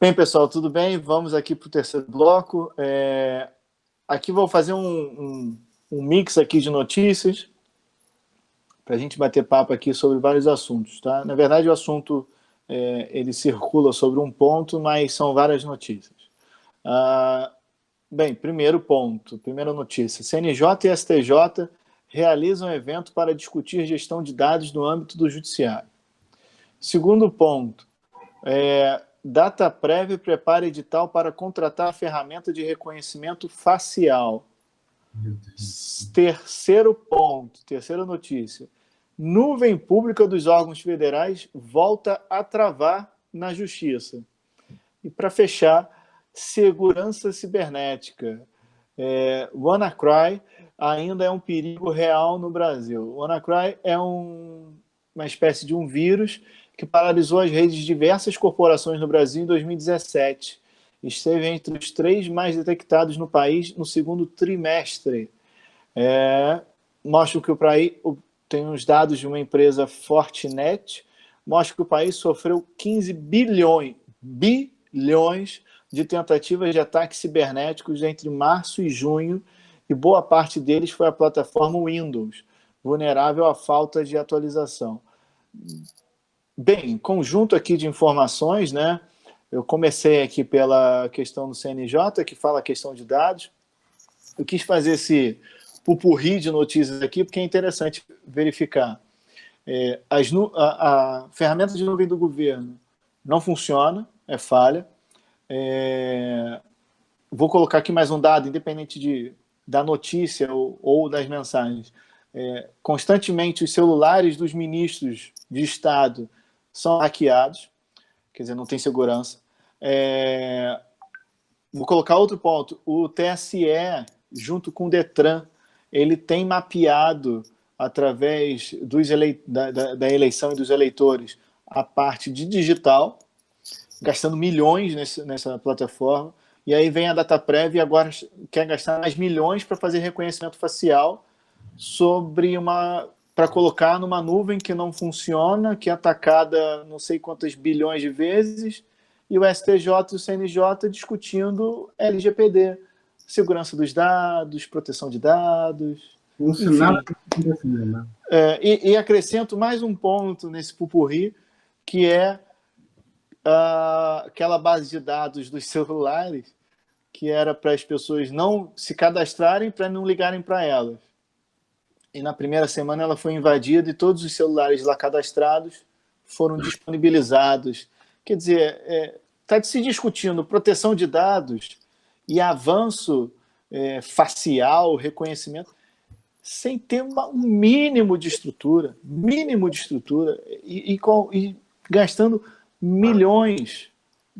Bem, pessoal, tudo bem? Vamos aqui para o terceiro bloco. Aqui vou fazer um mix aqui de notícias para a gente bater papo aqui sobre vários assuntos, tá? Na verdade, o assunto ele circula sobre um ponto, mas são várias notícias. Bem, primeiro ponto, primeira notícia. CNJ e STJ realizam evento para discutir gestão de dados no âmbito do judiciário. Segundo ponto, Dataprev prepara edital para contratar a ferramenta de reconhecimento facial. Terceiro ponto, terceira notícia. Nuvem pública dos órgãos federais volta a travar na justiça. E para fechar, segurança cibernética. WannaCry ainda é um perigo real no Brasil. WannaCry é uma espécie de um vírus que paralisou as redes de diversas corporações no Brasil em 2017. Esteve entre os 3 mais detectados no país no segundo trimestre. Mostra que o país tem os dados de uma empresa Fortinet, mostra que o país sofreu 15 bilhões de tentativas de ataques cibernéticos entre março e junho, e boa parte deles foi a plataforma Windows, vulnerável à falta de atualização. Bem, conjunto aqui de informações, né? Eu comecei aqui pela questão do CNJ, que fala a questão de dados. Eu quis fazer esse pupurri de notícias aqui, porque é interessante verificar. A ferramenta de nuvem do governo não funciona, é falha. Vou colocar aqui mais um dado, independente da notícia ou das mensagens. Constantemente os celulares dos ministros de Estado são hackeados, quer dizer, não tem segurança. Vou colocar outro ponto. O TSE, junto com o Detran, ele tem mapeado, através da eleição e dos eleitores, a parte de digital, gastando milhões nessa plataforma, e aí vem a Dataprev e agora quer gastar mais milhões para fazer reconhecimento facial para colocar numa nuvem que não funciona, que é atacada não sei quantas bilhões de vezes, e o STJ e o CNJ discutindo LGPD, segurança dos dados, proteção de dados. Um sinal que acontecendo, né? E acrescento mais um ponto nesse pupurri, que é aquela base de dados dos celulares, que era para as pessoas não se cadastrarem para não ligarem para elas. E na primeira semana ela foi invadida e todos os celulares lá cadastrados foram disponibilizados. Quer dizer, está se discutindo proteção de dados e avanço facial, reconhecimento, sem ter um mínimo de estrutura, e gastando milhões.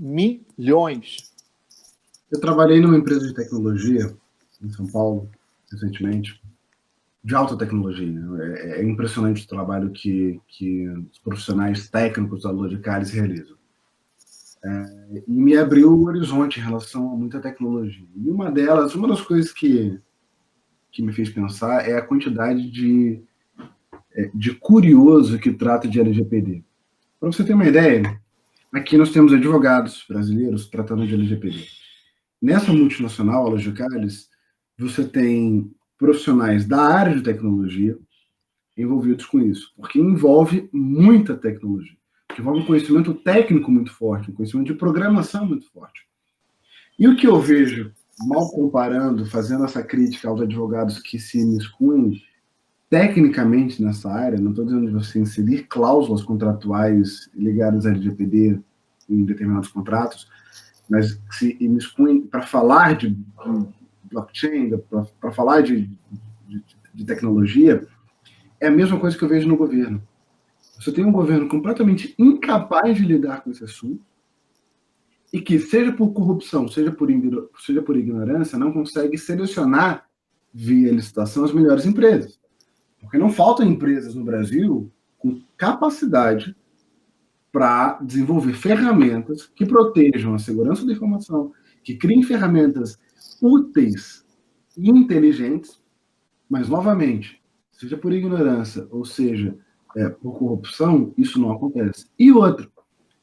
Eu trabalhei numa empresa de tecnologia em São Paulo, recentemente, de alta tecnologia. É impressionante o trabalho que os profissionais técnicos da Logicalis realizam. E me abriu o horizonte em relação a muita tecnologia. E uma das coisas que me fez pensar é a quantidade de curioso que trata de LGPD. Para você ter uma ideia, aqui nós temos advogados brasileiros tratando de LGPD. Nessa multinacional, a Logicalis, você tem profissionais da área de tecnologia envolvidos com isso, porque envolve muita tecnologia, que envolve um conhecimento técnico muito forte, um conhecimento de programação muito forte. E o que eu vejo, mal comparando, fazendo essa crítica aos advogados que se imiscuem tecnicamente nessa área, não estou dizendo de você inserir cláusulas contratuais ligadas à LGPD em determinados contratos, mas se imiscuem para falar de blockchain, para falar de tecnologia, é a mesma coisa que eu vejo no governo. Você tem um governo completamente incapaz de lidar com esse assunto e que, seja por corrupção, seja por ignorância, não consegue selecionar via licitação as melhores empresas. Porque não faltam empresas no Brasil com capacidade para desenvolver ferramentas que protejam a segurança da informação, que criem ferramentas úteis e inteligentes, mas, novamente, seja por ignorância ou seja por corrupção, isso não acontece. E outro,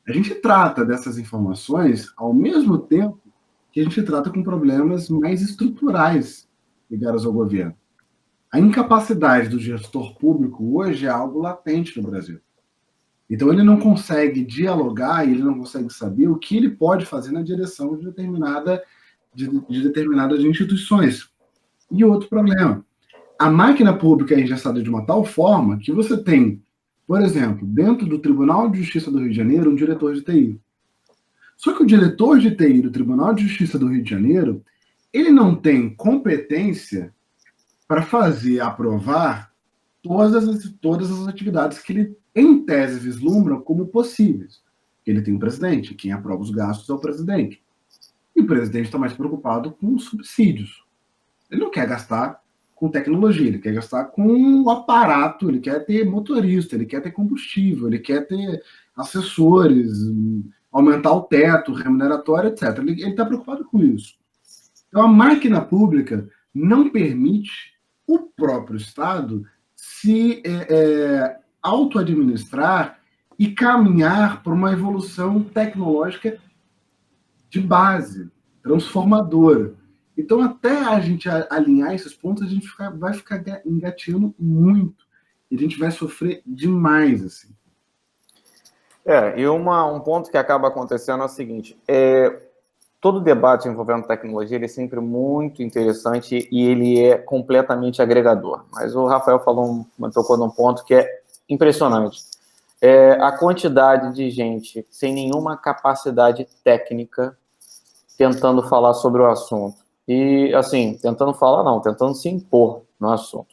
A gente trata dessas informações ao mesmo tempo que a gente trata com problemas mais estruturais ligados ao governo. A incapacidade do gestor público hoje é algo latente no Brasil. Então, ele não consegue dialogar, ele não consegue saber o que ele pode fazer na direção de determinadas instituições. E outro problema, a máquina pública é engessada de uma tal forma que você tem, por exemplo, dentro do Tribunal de Justiça do Rio de Janeiro, um diretor de TI. Só que o diretor de TI do Tribunal de Justiça do Rio de Janeiro, ele não tem competência para fazer aprovar todas as atividades que ele, em tese, vislumbra como possíveis. Ele tem um presidente, quem aprova os gastos é o presidente. E o presidente está mais preocupado com os subsídios. Ele não quer gastar com tecnologia, ele quer gastar com o aparato, ele quer ter motorista, ele quer ter combustível, ele quer ter assessores, aumentar o teto remuneratório, etc. Ele está preocupado com isso. Então, a máquina pública não permite o próprio Estado se auto-administrar e caminhar para uma evolução tecnológica de base, transformadora. Então, até a gente alinhar esses pontos, a gente vai ficar engateando muito. E a gente vai sofrer demais, assim. E um ponto que acaba acontecendo é o seguinte, todo debate envolvendo tecnologia ele é sempre muito interessante e ele é completamente agregador. Mas o Rafael tocou num ponto que é impressionante. A quantidade de gente sem nenhuma capacidade técnica tentando falar sobre o assunto. E, assim, tentando se impor no assunto.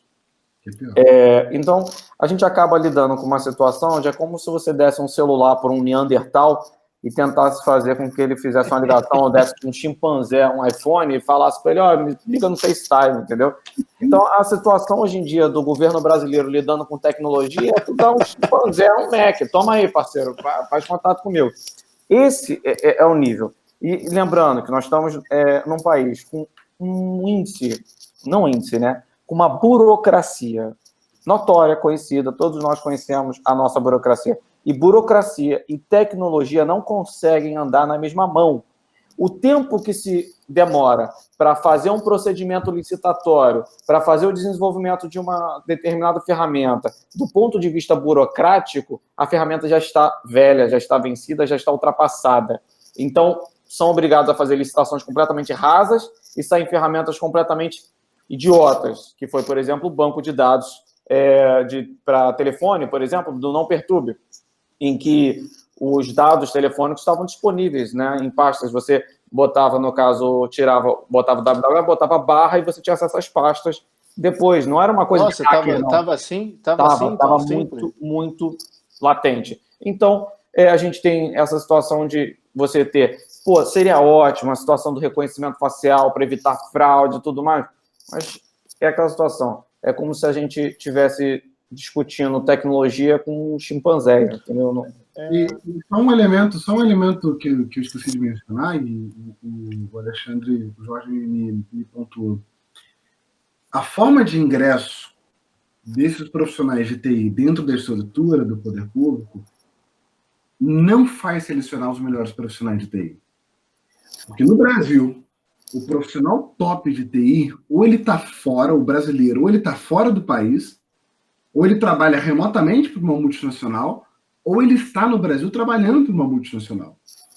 Então, a gente acaba lidando com uma situação onde é como se você desse um celular para um Neandertal e tentasse fazer com que ele fizesse uma ligação, ou desse um chimpanzé, um iPhone, e falasse para ele, me liga no FaceTime, entendeu? Então, a situação hoje em dia do governo brasileiro lidando com tecnologia é tu dar um chimpanzé, um Mac, toma aí, parceiro, faz contato comigo. Esse é o nível. E lembrando que nós estamos num país com um índice, com uma burocracia notória, conhecida, todos nós conhecemos a nossa burocracia. E burocracia e tecnologia não conseguem andar na mesma mão. O tempo que se demora para fazer um procedimento licitatório, para fazer o desenvolvimento de uma determinada ferramenta, do ponto de vista burocrático, a ferramenta já está velha, já está vencida, já está ultrapassada. Então, são obrigados a fazer licitações completamente rasas e saem ferramentas completamente idiotas, que foi, por exemplo, o banco de dados para telefone, por exemplo, do Não Perturbe, em que os dados telefônicos estavam disponíveis, né, em pastas. Você botava, no caso, botava www, botava barra e você tinha acesso às pastas depois. Não era uma coisa... Nossa, estava assim? Estava muito, muito latente. Então, a gente tem essa situação de você ter... seria ótimo a situação do reconhecimento facial para evitar fraude e tudo mais, mas é aquela situação. É como se a gente estivesse discutindo tecnologia com um chimpanzé, entendeu? E só um elemento que eu esqueci de mencionar, e o Alexandre, o Jorge me pontuou. A forma de ingresso desses profissionais de TI dentro da estrutura do poder público não faz selecionar os melhores profissionais de TI. Porque no Brasil, o profissional top de TI, ou ele está fora, o brasileiro, ou ele está fora do país, ou ele trabalha remotamente para uma multinacional, ou ele está no Brasil trabalhando para uma multinacional.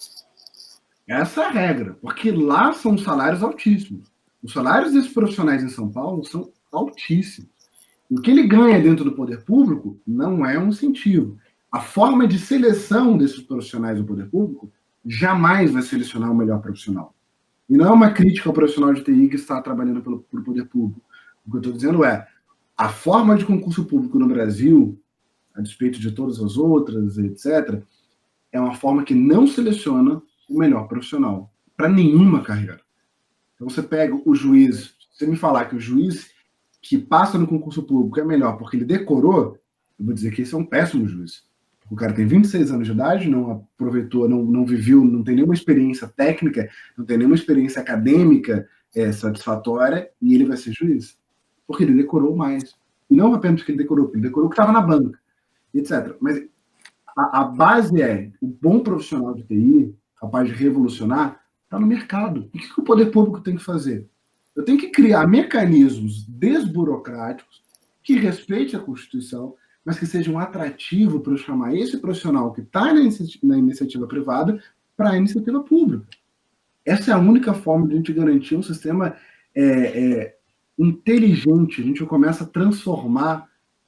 Essa é a regra, porque lá são salários altíssimos. Os salários desses profissionais em São Paulo são altíssimos. O que ele ganha dentro do poder público não é um incentivo. A forma de seleção desses profissionais do poder público jamais vai selecionar o melhor profissional. E não é uma crítica ao profissional de TI que está trabalhando pelo poder público. O que eu estou dizendo é, a forma de concurso público no Brasil, a despeito de todas as outras, etc., é uma forma que não seleciona o melhor profissional para nenhuma carreira. Então você pega o juiz, se você me falar que o juiz que passa no concurso público é melhor porque ele decorou, eu vou dizer que esse é um péssimo juiz. O cara tem 26 anos de idade, não aproveitou, não viveu, não tem nenhuma experiência técnica, não tem nenhuma experiência acadêmica satisfatória, e ele vai ser juiz. Porque ele decorou mais. E não apenas porque ele decorou o que estava na banca, etc. Mas A base é o bom profissional de TI, capaz de revolucionar, está no mercado. E o que o poder público tem que fazer? Eu tenho que criar mecanismos desburocráticos que respeitem a Constituição, mas que sejam atrativos para eu chamar esse profissional que está na iniciativa privada para a iniciativa pública. Essa é a única forma de a gente garantir um sistema inteligente. A gente começa a transformar,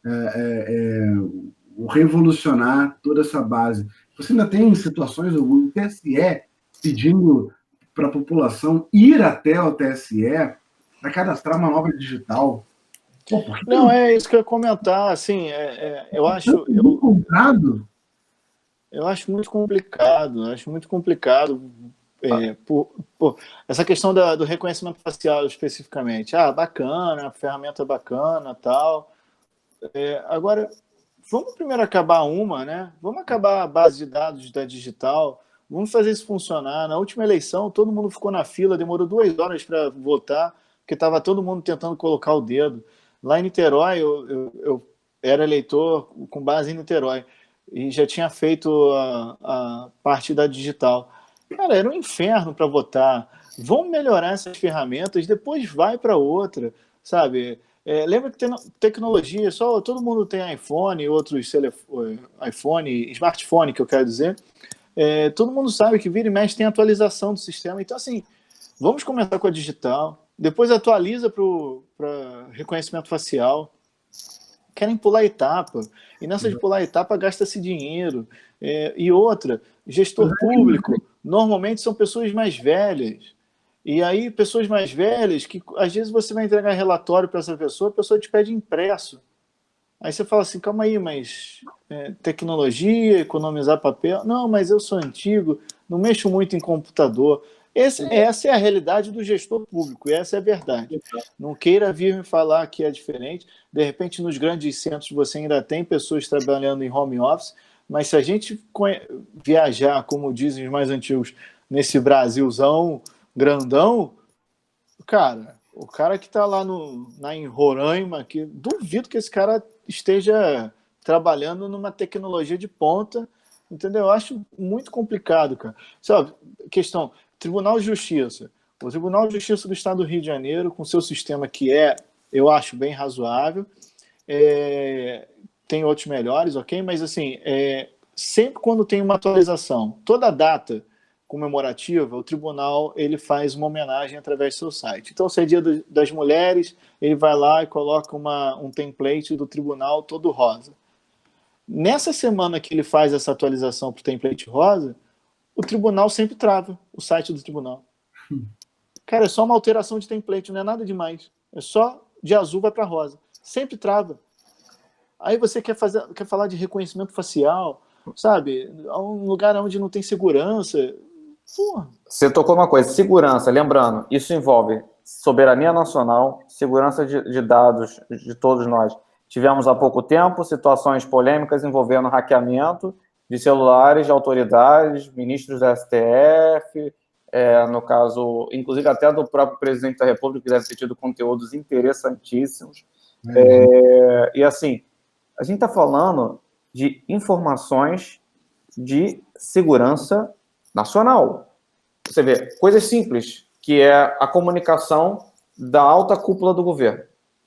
revolucionar toda essa base. Você ainda tem situações, o TSE pedindo para a população ir até o TSE para cadastrar uma nova digital. Pô, não, é isso que eu ia comentar. Assim, eu acho muito complicado. Acho muito complicado. Essa questão do reconhecimento facial especificamente. Bacana, a ferramenta bacana, tal. Agora, vamos primeiro acabar né? Vamos acabar a base de dados da digital. Vamos fazer isso funcionar. Na última eleição, todo mundo ficou na fila, demorou 2 horas para votar, porque estava todo mundo tentando colocar o dedo. Lá em Niterói, eu era eleitor com base em Niterói e já tinha feito a parte da digital. Cara, era um inferno para votar. Vamos melhorar essas ferramentas, depois vai para outra, sabe? Lembra que tem tecnologia, todo mundo tem iPhone, outros iPhone, smartphone, que eu quero dizer. Todo mundo sabe que vira e mexe tem atualização do sistema. Então, assim, vamos começar com a digital, depois atualiza para reconhecimento facial. Querem pular etapa, e nessa de pular etapa gasta-se dinheiro. E outra, gestor público, normalmente são pessoas mais velhas. E aí, pessoas mais velhas, que às vezes você vai entregar relatório para essa pessoa, a pessoa te pede impresso. Aí você fala assim, calma aí, mas tecnologia, economizar papel? Não, mas eu sou antigo, não mexo muito em computador. Essa é a realidade do gestor público, e essa é a verdade. Não queira vir me falar que é diferente. De repente, nos grandes centros você ainda tem pessoas trabalhando em home office, mas se a gente viajar, como dizem os mais antigos, nesse Brasilzão grandão, cara, o cara que está lá em Roraima, que duvido que esse cara esteja trabalhando numa tecnologia de ponta, entendeu? Eu acho muito complicado, cara. Sabe, questão, Tribunal de Justiça. O Tribunal de Justiça do Estado do Rio de Janeiro, com seu sistema que eu acho bem razoável, tem outros melhores, ok? Mas, assim, sempre quando tem uma atualização, toda data comemorativa, o tribunal ele faz uma homenagem através do seu site. Então, se é Dia das Mulheres, ele vai lá e coloca um template do tribunal todo rosa. Nessa semana que ele faz essa atualização para o template rosa, o tribunal sempre trava o site do tribunal. Cara, é só uma alteração de template, não é nada demais. É só de azul vai para rosa. Sempre trava. Aí você quer falar de reconhecimento facial, sabe? Um lugar onde não tem segurança. Porra. Você tocou uma coisa, segurança, lembrando, isso envolve soberania nacional, segurança de dados de todos nós. Tivemos há pouco tempo situações polêmicas envolvendo hackeamento de celulares de autoridades, ministros da STF, no caso, inclusive até do próprio presidente da República, que deve ter tido conteúdos interessantíssimos. E assim, a gente está falando de informações de segurança nacional. Você vê, coisas simples, que é a comunicação da alta cúpula do governo.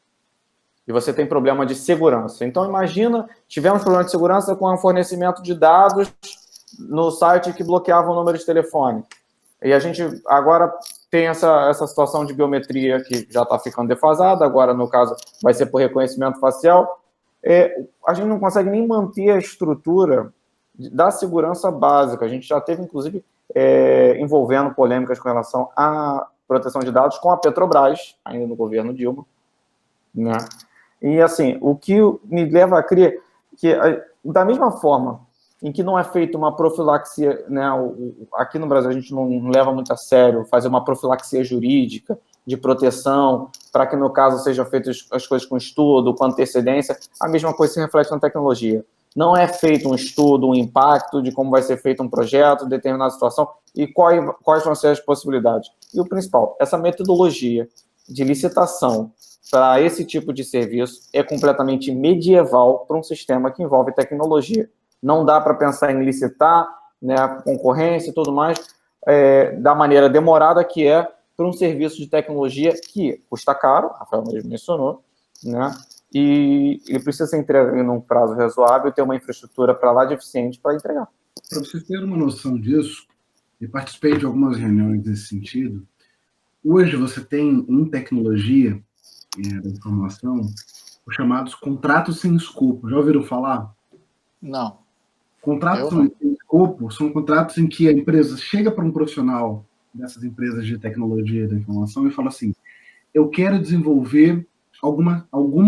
E você tem problema de segurança. Então, imagina, tivemos problema de segurança com o fornecimento de dados no site que bloqueava o número de telefone. E a gente agora tem essa situação de biometria que já está ficando defasada, agora, no caso, vai ser por reconhecimento facial. A gente não consegue nem manter a estrutura da segurança básica. A gente já teve, inclusive, envolvendo polêmicas com relação à proteção de dados com a Petrobras, ainda no governo Dilma, né? E, assim, o que me leva a crer que, da mesma forma em que não é feita uma profilaxia, né, aqui no Brasil a gente não leva muito a sério fazer uma profilaxia jurídica de proteção, para que, no caso, sejam feitas as coisas com estudo, com antecedência, a mesma coisa se reflete na tecnologia. Não é feito um estudo, um impacto de como vai ser feito um projeto, determinada situação, e quais vão ser as possibilidades. E o principal, essa metodologia de licitação para esse tipo de serviço é completamente medieval para um sistema que envolve tecnologia. não dá para pensar em licitar, né, concorrência e tudo mais, da maneira demorada que é para um serviço de tecnologia que custa caro, a Rafael mesmo mencionou, né, e ele precisa ser entregue num prazo razoável e ter uma infraestrutura para lá de eficiente para entregar. Para vocês terem uma noção disso, eu participei de algumas reuniões nesse sentido. Hoje você tem em tecnologia da informação os chamados contratos sem escopo. Já ouviram falar? Não. Contratos sem escopo são contratos em que a empresa chega para um profissional dessas empresas de tecnologia da informação e fala assim: eu quero desenvolver alguma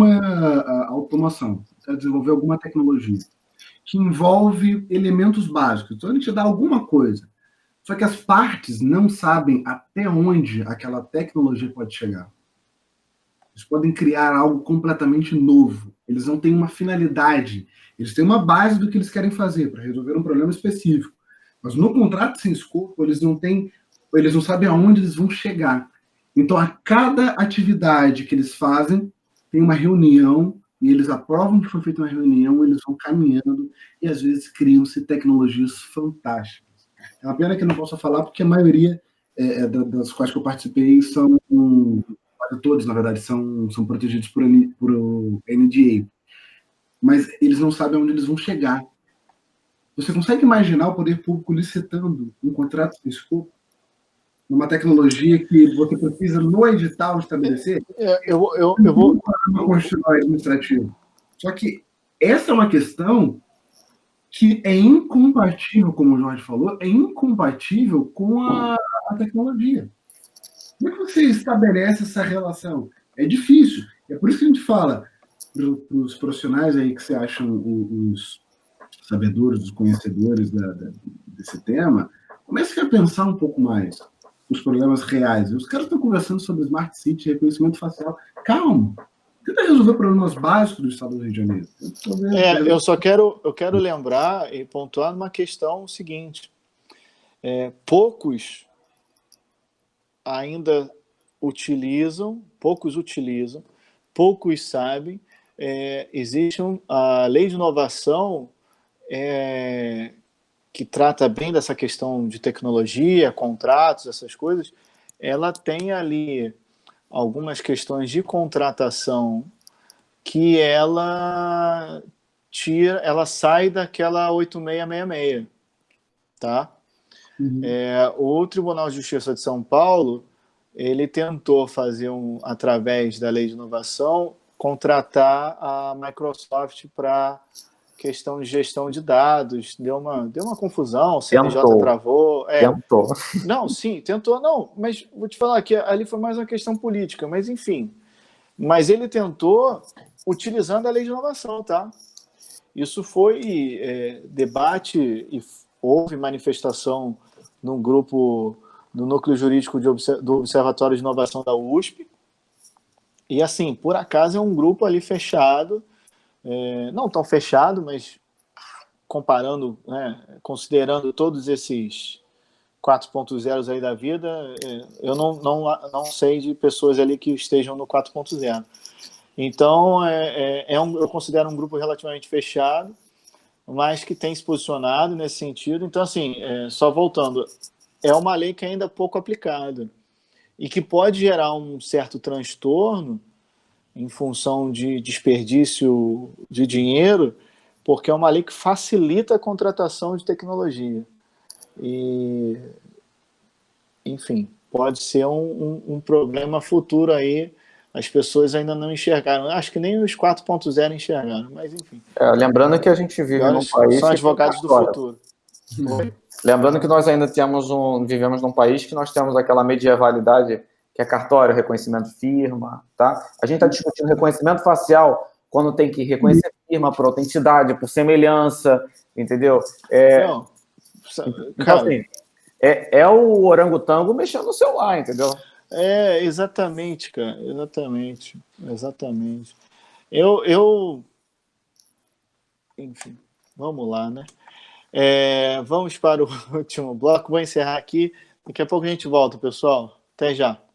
automação, quero desenvolver alguma tecnologia que envolve elementos básicos. Então, ele te dá alguma coisa. Só que as partes não sabem até onde aquela tecnologia pode chegar. Eles podem criar algo completamente novo. Eles não têm uma finalidade. Eles têm uma base do que eles querem fazer para resolver um problema específico. Mas no contrato sem escopo, eles não sabem aonde eles vão chegar. Então, a cada atividade que eles fazem, tem uma reunião, e eles aprovam que foi feita uma reunião, eles vão caminhando, e às vezes criam-se tecnologias fantásticas. É uma pena que eu não possa falar, porque a maioria das quais que eu participei são, quase todos, na verdade, são protegidos por NDA. Mas eles não sabem onde eles vão chegar. Você consegue imaginar o poder público licitando um contrato de escopo? Numa tecnologia que você precisa no edital estabelecer? Eu vou... Uma constitucional administrativa. Só que essa é uma questão que é incompatível, como o Jorge falou, é incompatível com a tecnologia. Como é que você estabelece essa relação? É difícil. É por isso que a gente fala para os profissionais aí que se acham os sabedores, os conhecedores desse tema, comecem a pensar um pouco mais nos problemas reais. Os caras estão conversando sobre Smart City, reconhecimento facial. Calma. Tenta resolver problemas básicos do estado do Rio de Janeiro. Eu quero lembrar e pontuar uma questão seguinte. Poucos ainda utilizam, poucos sabem. Existe a lei de inovação que trata bem dessa questão de tecnologia, contratos, essas coisas. Ela tem ali algumas questões de contratação que ela sai daquela 8666, tá? O Tribunal de Justiça de São Paulo, ele tentou fazer através da lei de inovação, contratar a Microsoft para questão de gestão de dados. Deu uma confusão, o CNJ travou. Tentou. Não, sim, tentou. Não, mas vou te falar que ali foi mais uma questão política, mas enfim. Mas ele tentou utilizando a lei de inovação, tá? Isso foi debate e houve manifestação num grupo do Núcleo Jurídico do Observatório de Inovação da USP. E, assim, por acaso é um grupo ali fechado, não tão fechado, mas comparando, né, considerando todos esses 4.0 aí da vida, eu não sei de pessoas ali que estejam no 4.0. Então, eu considero um grupo relativamente fechado, mas que tem se posicionado nesse sentido. Então, assim, só voltando, é uma lei que ainda é pouco aplicada e que pode gerar um certo transtorno em função de desperdício de dinheiro, porque é uma lei que facilita a contratação de tecnologia. E, enfim, pode ser um problema futuro aí. As pessoas ainda não enxergaram. Acho que nem os 4.0 enxergaram, mas enfim. Lembrando que a gente vive num país... São advogados do futuro. Lembrando que nós ainda vivemos num país que nós temos aquela medievalidade, que é cartório, reconhecimento de firma, tá? A gente está discutindo reconhecimento facial quando tem que reconhecer firma por autenticidade, por semelhança, entendeu? Então, cara, assim, é o orangotango mexendo no celular, entendeu? Exatamente, cara. Exatamente. Enfim, vamos lá, né? Vamos para o último bloco. Vou encerrar aqui. Daqui a pouco a gente volta, pessoal. Até já.